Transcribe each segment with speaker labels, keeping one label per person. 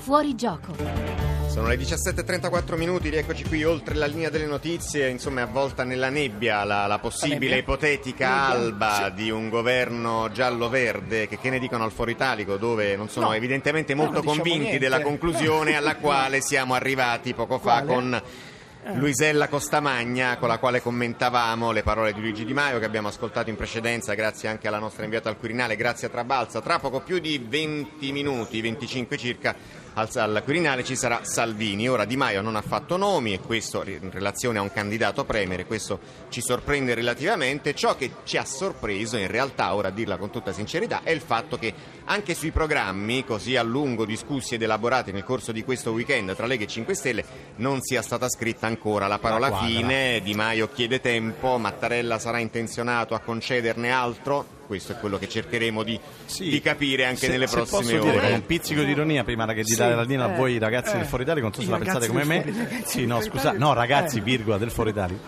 Speaker 1: Fuori gioco.
Speaker 2: Sono le 17:34 minuti, rieccoci qui oltre la linea delle notizie, insomma è avvolta nella nebbia la possibile ipotetica alba di un governo giallo-verde, che ne dicono al Foro Italico, dove non sono evidentemente molto convinti della conclusione alla quale siamo arrivati poco fa con Luisella Costamagna, con la quale commentavamo le parole di Luigi Di Maio che abbiamo ascoltato in precedenza, grazie anche alla nostra inviata al Quirinale, grazie a Trabalza. Tra poco più di 20 minuti, 25 circa, al Quirinale ci sarà Salvini. Ora Di Maio non ha fatto nomi e questo in relazione a un candidato premier, questo ci sorprende relativamente. Ciò che ci ha sorpreso in realtà, ora a dirla con tutta sincerità, è il fatto che anche sui programmi così a lungo discussi ed elaborati nel corso di questo weekend tra Lega e 5 Stelle non sia stata scritta ancora la parola fine. Di Maio chiede tempo, Mattarella sarà intenzionato a concederne altro? Questo è quello che cercheremo di capire anche nelle prossime ore.
Speaker 3: Dire, con un pizzico di ironia, prima che di dare la linea a voi ragazzi del Foro Italia, non so se la pensate come me. Ragazzi, virgola, del Foro Italia.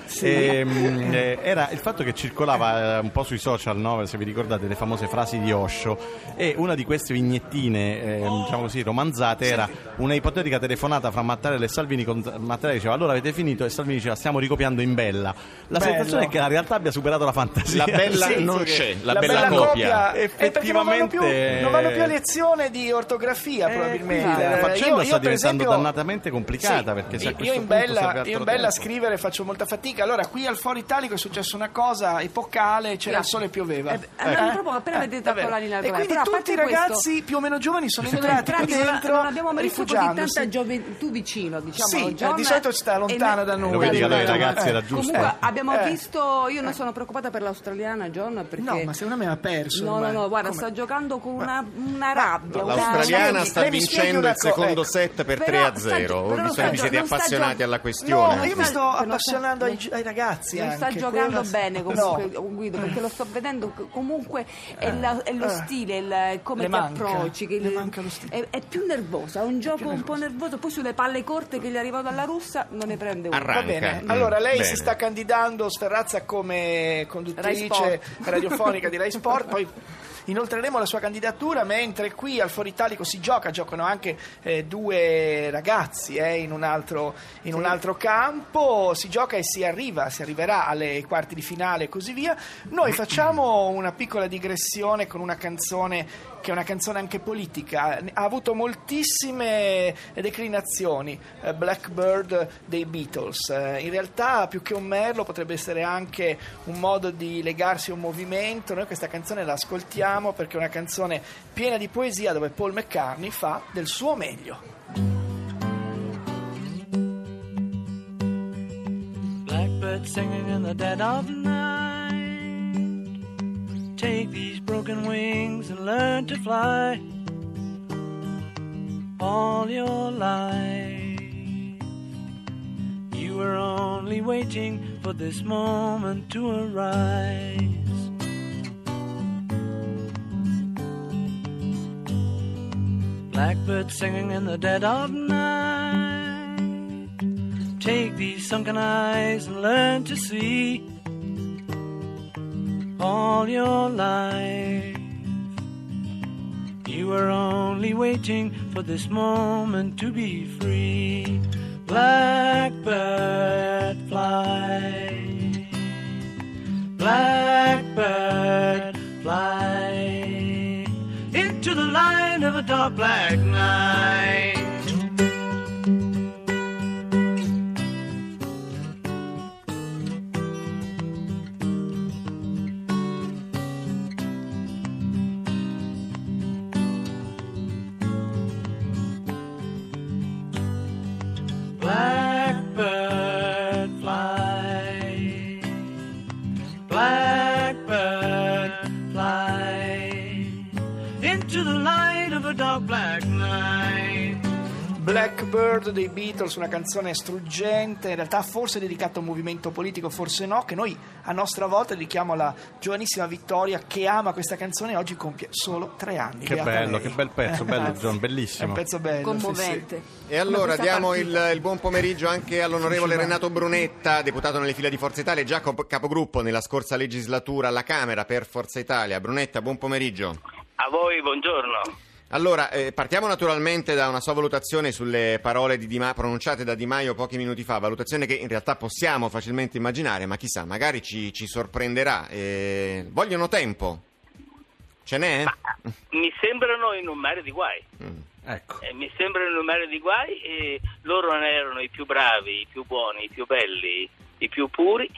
Speaker 3: Era il fatto che circolava un po' sui social, no? Se vi ricordate le famose frasi di Osho, e una di queste vignettine, diciamo così, romanzate, era una ipotetica telefonata fra Mattarella e Salvini. Mattarella diceva: allora avete finito? E Salvini diceva: stiamo ricopiando in Bella. La sensazione è che la realtà abbia superato la fantasia.
Speaker 2: La Bella non c'è, la bella
Speaker 4: copia
Speaker 2: effettivamente
Speaker 4: non vanno più a lezione di ortografia, probabilmente.
Speaker 3: La faccenda sta diventando
Speaker 4: per esempio,
Speaker 3: dannatamente complicata, perché se a questo
Speaker 4: io in
Speaker 3: punto
Speaker 4: Bella a scrivere faccio molta fatica. Allora qui al Foro Italico è successa una cosa epocale, c'era il sole e pioveva.
Speaker 5: Proprio appena vedete la linea
Speaker 4: e quindi tutti i ragazzi più o meno giovani sono entrati qui dentro,
Speaker 5: non abbiamo mai visto così
Speaker 4: rifugiandosi.
Speaker 5: tanta gioventù vicino, diciamo.
Speaker 4: Sì, di solito sta lontana da noi.
Speaker 3: Lo vedi che lei ragazzi era giusto.
Speaker 5: Comunque abbiamo visto, io non sono preoccupata per l'australiana, John, perché
Speaker 4: no, ma secondo me ha perso.
Speaker 5: No, guarda, sta giocando con una rabbia.
Speaker 2: L'australiana sta vincendo il secondo set per 3-0. Ho visto che vi siete appassionati alla questione.
Speaker 4: No, io mi sto appassionando ai ragazzi.
Speaker 5: Non sta giocando bene comunque Guido, perché lo sto vedendo, comunque è lo stile, come ti approcci, è più nervosa, è un gioco un po' nervoso. Poi sulle palle corte che gli arriva dalla russa non ne prende una.
Speaker 4: Va bene, allora lei si sta candidando, Sferrazza, come conduttrice radiofonica di Rai Sport. Poi inoltreremo la sua candidatura, mentre qui al Foro Italico giocano anche due ragazzi in un altro campo, si gioca e si arriverà alle quarti di finale e così via. Noi facciamo una piccola digressione con una canzone che è una canzone anche politica, ha avuto moltissime declinazioni, Blackbird dei Beatles. In realtà più che un merlo potrebbe essere anche un modo di legarsi a un movimento. Noi questa canzone la ascoltiamo perché è una canzone piena di poesia dove Paul McCartney fa del suo meglio.
Speaker 6: Blackbird singing in the dead of night. Take these broken wings and learn to fly. All your life you were only waiting for this moment to arise. Blackbird singing in the dead of night. Take these sunken eyes and learn to see. All your life you were only waiting for this moment to be free. Blackbird fly, blackbird fly into the light of a dark black night. Blackbird fly, blackbird fly into the light of a dark black night.
Speaker 4: Blackbird dei Beatles, una canzone struggente, in realtà forse dedicata a un movimento politico, forse no, che noi a nostra volta dedichiamo alla giovanissima Vittoria, che ama questa canzone e oggi compie solo 3 anni.
Speaker 3: Che bello, che bel pezzo, bello John, bellissimo.
Speaker 4: È un pezzo bello,
Speaker 5: commovente.
Speaker 4: Sì.
Speaker 2: E allora diamo il buon pomeriggio anche all'onorevole Renato Brunetta, deputato nelle file di Forza Italia, già capogruppo nella scorsa legislatura alla Camera per Forza Italia. Brunetta, buon pomeriggio.
Speaker 7: A voi, buongiorno.
Speaker 2: Allora, partiamo naturalmente da una sua valutazione sulle parole di pronunciate da Di Maio pochi minuti fa, valutazione che in realtà possiamo facilmente immaginare, ma chissà, magari ci sorprenderà. Vogliono tempo? Ce n'è?
Speaker 1: Mi sembrano in un mare di guai.
Speaker 3: Ecco.
Speaker 1: Mi sembrano in un mare di guai e loro non erano i più bravi, i più buoni, i più belli, i più puri,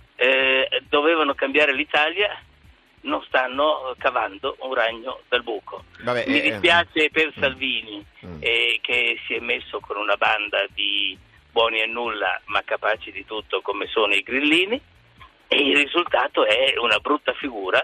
Speaker 1: dovevano cambiare l'Italia, non stanno cavando un ragno dal buco.
Speaker 2: Vabbè,
Speaker 1: mi dispiace per Salvini che si è messo con una banda di buoni a nulla ma capaci di tutto come sono i grillini, e il risultato è una brutta figura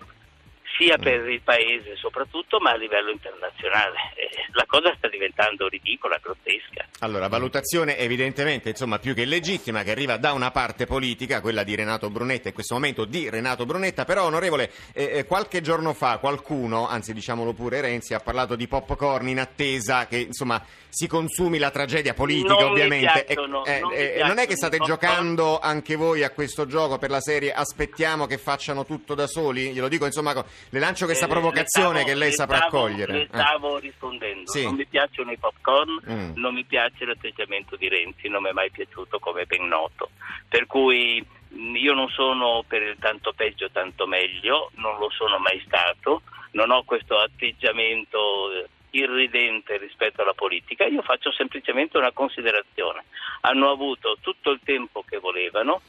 Speaker 1: sia per il paese soprattutto, ma a livello internazionale. La cosa sta diventando ridicola, grottesca.
Speaker 2: Allora, valutazione evidentemente, insomma, più che legittima, che arriva da una parte politica, quella di Renato Brunetta, in questo momento di Renato Brunetta, però onorevole, qualche giorno fa qualcuno, anzi diciamolo pure Renzi, ha parlato di popcorn in attesa che, insomma, si consumi la tragedia politica,
Speaker 1: non
Speaker 2: ovviamente.
Speaker 1: Non
Speaker 2: è che state giocando anche voi a questo gioco per la serie aspettiamo che facciano tutto da soli? Glielo dico, insomma, le lancio questa provocazione che lei saprà cogliere.
Speaker 1: Le stavo rispondendo.
Speaker 2: Sì.
Speaker 1: Non mi piacciono i popcorn, non mi piace l'atteggiamento di Renzi, non mi è mai piaciuto, come ben noto. Per cui io non sono per il tanto peggio tanto meglio, non lo sono mai stato, non ho questo atteggiamento irridente rispetto alla politica. Io faccio semplicemente una considerazione: hanno avuto tutto il tempo che volevano,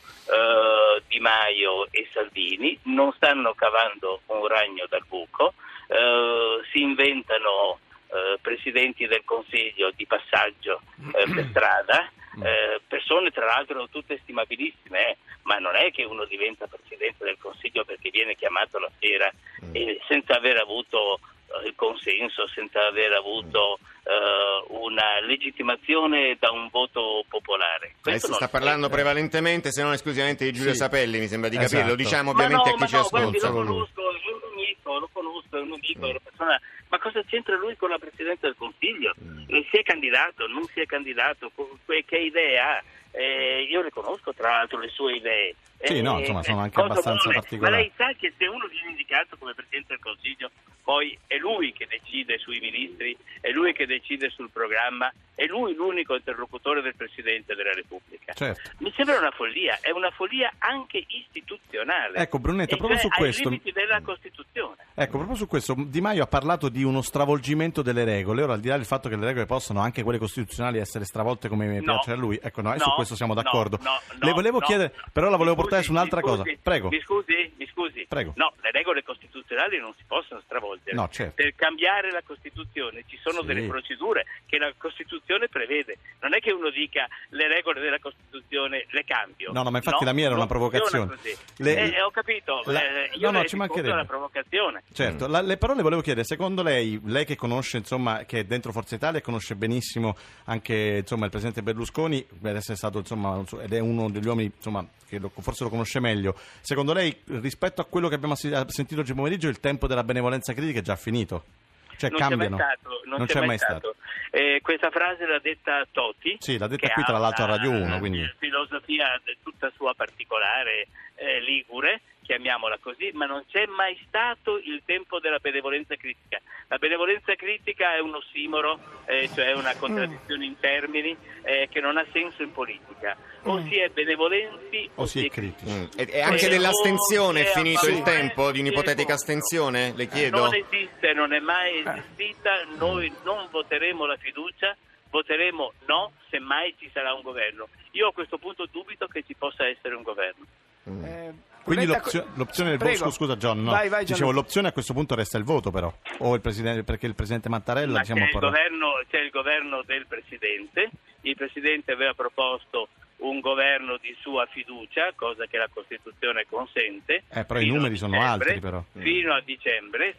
Speaker 1: Di Maio e Salvini, non stanno cavando un ragno dal buco, si inventano presidenti del Consiglio di passaggio per strada, persone tra l'altro tutte stimabilissime, ma non è che uno diventa presidente del Consiglio perché viene chiamato la sera senza aver avuto il consenso, senza aver avuto una legittimazione da un voto popolare.
Speaker 2: Si sta parlando prevalentemente, se non esclusivamente, di Giulio Sapelli, mi sembra di capire.
Speaker 3: Esatto.
Speaker 2: Lo diciamo ovviamente a chi ci ascolta.
Speaker 1: Guardi, lo conosco, è un amico, è una persona. Ma cosa c'entra lui con la Presidenza del Consiglio? Si è candidato, non si è candidato, che idee ha? Io le conosco tra l'altro le sue idee.
Speaker 3: Sì, no, insomma, sono anche abbastanza particolari.
Speaker 1: Ma lei sa che se uno viene indicato come Presidente del Consiglio, poi è lui che decide sui ministri, è lui che decide sul programma, è lui l'unico interlocutore del Presidente della Repubblica.
Speaker 3: Certo.
Speaker 1: Mi sembra una follia, è una follia anche istituzionale.
Speaker 3: Ecco, Brunetta, proprio su questo.
Speaker 1: Ai limiti della Costituzione.
Speaker 3: Ecco, proprio su questo Di Maio ha parlato di uno stravolgimento delle regole. Ora, al di là del fatto che le regole possono, anche quelle costituzionali, essere stravolte come piace a lui, ecco, no, su questo siamo d'accordo. Le volevo chiedere, però la volevo portare su un'altra cosa. Prego.
Speaker 1: Mi scusi.
Speaker 3: Prego.
Speaker 1: No, le regole costituzionali non si possono stravolgere.
Speaker 3: No, certo.
Speaker 1: Per cambiare la Costituzione ci sono delle procedure che la Costituzione prevede. Non è che uno dica le regole della Costituzione le cambio.
Speaker 3: No, ma infatti la mia era una provocazione.
Speaker 1: Ho capito. Io
Speaker 3: ci mancherebbe
Speaker 1: la provocazione.
Speaker 3: Certo, però le volevo chiedere, secondo lei che conosce, insomma, che è dentro Forza Italia e conosce benissimo anche, insomma, il presidente Berlusconi, per essere stato, insomma, ed è uno degli uomini, insomma, che forse lo conosce meglio, secondo lei, rispetto a quello che abbiamo sentito oggi pomeriggio, il tempo della benevolenza critica è già finito? Cioè
Speaker 1: non
Speaker 3: cambiano?
Speaker 1: Non c'è mai stato. Questa frase l'ha detta Toti.
Speaker 3: Sì, l'ha detta qui tra l'altro a Radio 1. Quindi
Speaker 1: filosofia tutta sua particolare, ligure, chiamiamola così, ma non c'è mai stato il tempo della benevolenza critica. La benevolenza critica è un ossimoro, cioè una contraddizione in termini che non ha senso in politica. O si è benevolenti o si è critici.
Speaker 2: E anche dell'astensione è finito il tempo di un'ipotetica astensione, le chiedo?
Speaker 1: Non esiste, non è mai esistita, noi non voteremo la fiducia, voteremo no, semmai ci sarà un governo. Io a questo punto dubito che ci possa essere un governo.
Speaker 3: Quindi l'opzione del voto, scusa John, no.
Speaker 4: Vai,
Speaker 3: dicevo, l'opzione a questo punto resta il voto, però, o il presidente, perché il presidente Mattarella,
Speaker 1: c'è il governo del presidente. Il presidente aveva proposto un governo di sua fiducia, cosa che la Costituzione consente.
Speaker 3: Però i numeri sono altri, però.
Speaker 1: Fino a dicembre,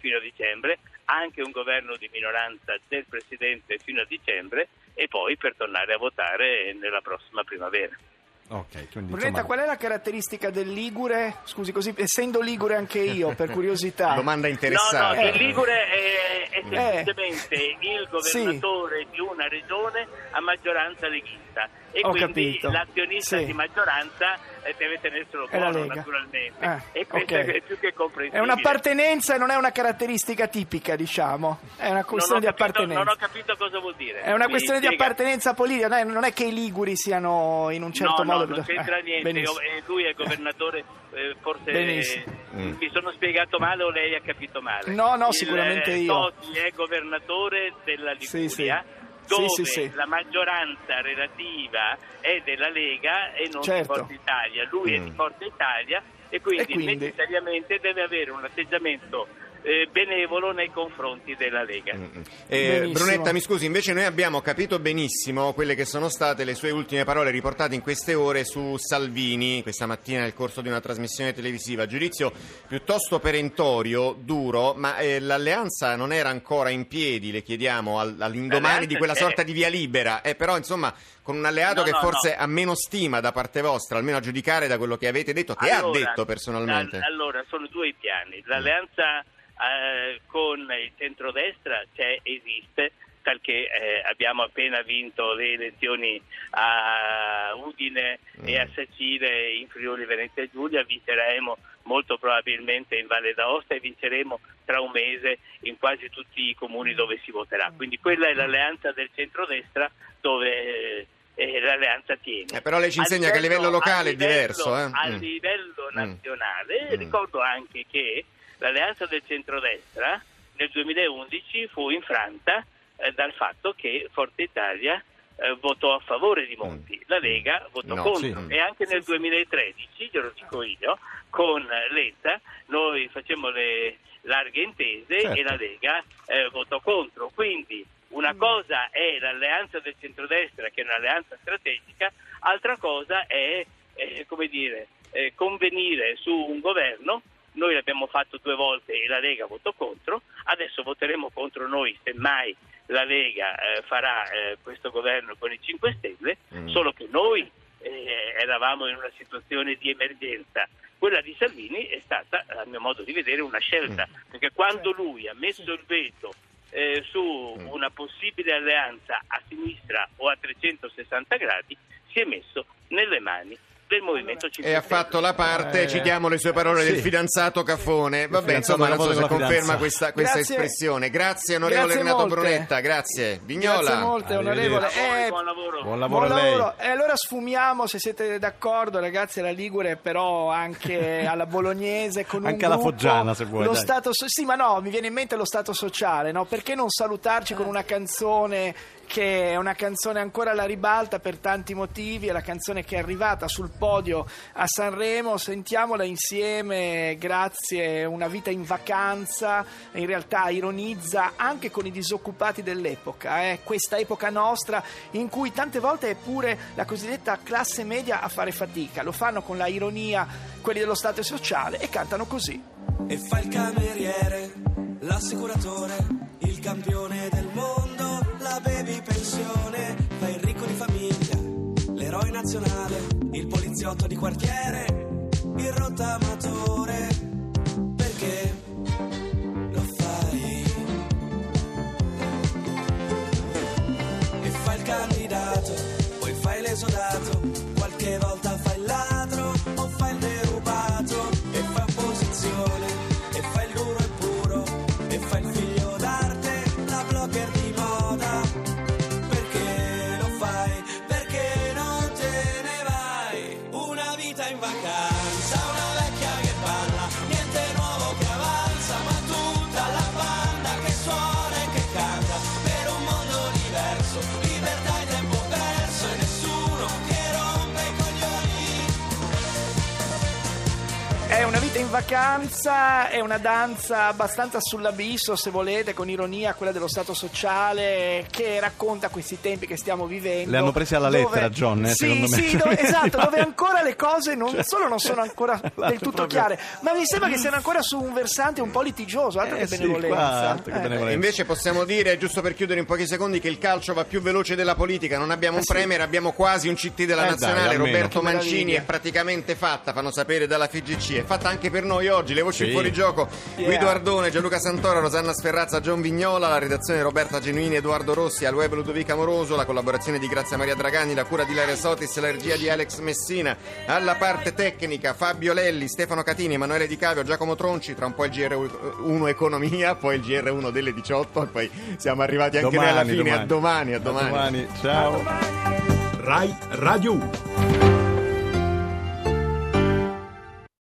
Speaker 1: anche un governo di minoranza del presidente fino a dicembre, e poi per tornare a votare nella prossima primavera.
Speaker 3: Ok, quindi,
Speaker 4: Brunetta, qual è la caratteristica del ligure? Scusi, così, essendo ligure anche io, per curiosità.
Speaker 2: Domanda interessante.
Speaker 1: No, il ligure è semplicemente il governatore di una regione a maggioranza leghista e
Speaker 4: Ho
Speaker 1: quindi
Speaker 4: capito.
Speaker 1: l'azionista di maggioranza deve tenerselo buono, naturalmente. E questo è più che comprensibile.
Speaker 4: È un'appartenenza e non è una caratteristica tipica, diciamo. È una questione di appartenenza.
Speaker 1: Non ho capito cosa vuol dire.
Speaker 4: È una questione di appartenenza politica, non è che i liguri siano in un certo modo...
Speaker 1: No, non c'entra niente. Lui è governatore, forse mi sono spiegato male o lei ha capito male.
Speaker 4: No, sicuramente io.
Speaker 1: Toti è governatore della Liguria. Dove la maggioranza relativa è della Lega e non di Forza Italia. Lui è di Forza Italia e quindi necessariamente deve avere un atteggiamento benevolo nei confronti della Lega.
Speaker 2: Brunetta, mi scusi, invece noi abbiamo capito benissimo quelle che sono state le sue ultime parole riportate in queste ore su Salvini questa mattina nel corso di una trasmissione televisiva. Giudizio piuttosto perentorio, duro, ma l'alleanza non era ancora in piedi, le chiediamo, all'indomani di quella sorta di via libera, però insomma con un alleato che forse ha meno stima da parte vostra, almeno a giudicare da quello che avete detto, che ha detto personalmente.
Speaker 1: Allora, sono due i piani. L'alleanza con il centrodestra esiste, perché abbiamo appena vinto le elezioni a Udine e a Sacile in Friuli Venezia Giulia, vinceremo molto probabilmente in Valle d'Aosta e vinceremo tra un mese in quasi tutti i comuni dove si voterà. Quindi quella è l'alleanza del centrodestra dove l'alleanza tiene.
Speaker 2: Però lei ci insegna che a livello locale è diverso.
Speaker 1: A livello nazionale ricordo anche che l'alleanza del centrodestra nel 2011 fu infranta dal fatto che Forza Italia votò a favore di Monti, la Lega votò contro e anche nel 2013, glielo dico io, con Letta noi facemmo le larghe intese e la Lega votò contro. Quindi una cosa è l'alleanza del centrodestra, che è un'alleanza strategica, altra cosa è convenire su un governo. Noi l'abbiamo fatto 2 volte e la Lega votò contro, adesso voteremo contro noi, semmai la Lega farà questo governo con i 5 Stelle, solo che noi eravamo in una situazione di emergenza. Quella di Salvini è stata, a mio modo di vedere, una scelta, perché quando lui ha messo il veto su una possibile alleanza a sinistra o a 360 gradi, si è messo nelle mani del Movimento 5 Stelle.
Speaker 2: E ha fatto la parte, citiamo le sue parole, del fidanzato Cafone. Vabbè, insomma, non so se conferma questa espressione. Grazie onorevole Renato Brunetta, grazie. Vignola.
Speaker 4: Grazie molte onorevole.
Speaker 1: Buon lavoro.
Speaker 3: Buon lavoro a lei.
Speaker 4: E allora sfumiamo, se siete d'accordo ragazzi, alla Ligure, però anche alla bolognese, con
Speaker 3: anche
Speaker 4: un
Speaker 3: alla
Speaker 4: gruppo,
Speaker 3: foggiana se vuoi.
Speaker 4: Lo stato sì, ma no, mi viene in mente lo stato sociale, no? Perché non salutarci con una canzone che è una canzone ancora alla ribalta per tanti motivi, è la canzone che è arrivata sul podio a Sanremo, sentiamola insieme. Grazie, una vita in vacanza, in realtà ironizza anche con i disoccupati dell'epoca, questa epoca nostra in cui tante volte è pure la cosiddetta classe media a fare fatica, lo fanno con la ironia quelli dello stato sociale e cantano così.
Speaker 7: E fa il cameriere, l'assicuratore, il campione del mondo, la baby pensione, fa il ricco di famiglia, l'eroe nazionale, il poliziotto di quartiere, il rottamatore. Perché lo fai? E fa il candidato, poi fai l'esodato, qualche volta fai il ladro o fai il derubato, e fa opposizione, e fa il duro e puro, e fa il figlio d'arte, la blogger di moda. Perché lo fai? Perché non te ne vai? Una vita in vacanza, una vecchia che parla, niente nuovo che avanza, ma tutta la banda che suona e che canta per un mondo diverso, libertà e
Speaker 4: vacanza, è una danza abbastanza sull'abisso, se volete, con ironia, quella dello stato sociale, che racconta questi tempi che stiamo vivendo.
Speaker 3: Le hanno prese alla lettera, John, secondo me.
Speaker 4: Sì, esatto, dove ancora le cose non solo non sono ancora del tutto chiare, ma mi sembra che siano ancora su un versante un po' litigioso, altro che benevolenza.
Speaker 2: Invece possiamo dire, giusto per chiudere in pochi secondi, che il calcio va più veloce della politica. Non abbiamo un premier, abbiamo quasi un CT della nazionale. Roberto Mancini è praticamente fatta, fanno sapere dalla FIGC. È fatta anche per noi oggi. Le voci in fuorigioco: Guido Ardone, Gianluca Santoro, Rosanna Sferrazza, John Vignola, la redazione Roberta Genuini, Edoardo Rossi, al web Ludovica Moroso, la collaborazione di Grazia Maria Dragani, la cura di Ilaria Sotis, la regia di Alex Messina, alla parte tecnica Fabio Lelli, Stefano Catini, Emanuele Di Cavio, Giacomo Tronci. Tra un po' il GR1 Economia, poi il GR1 delle 18 e poi siamo arrivati anche noi alla fine. A domani.
Speaker 3: Ciao.
Speaker 8: Rai Radio 1.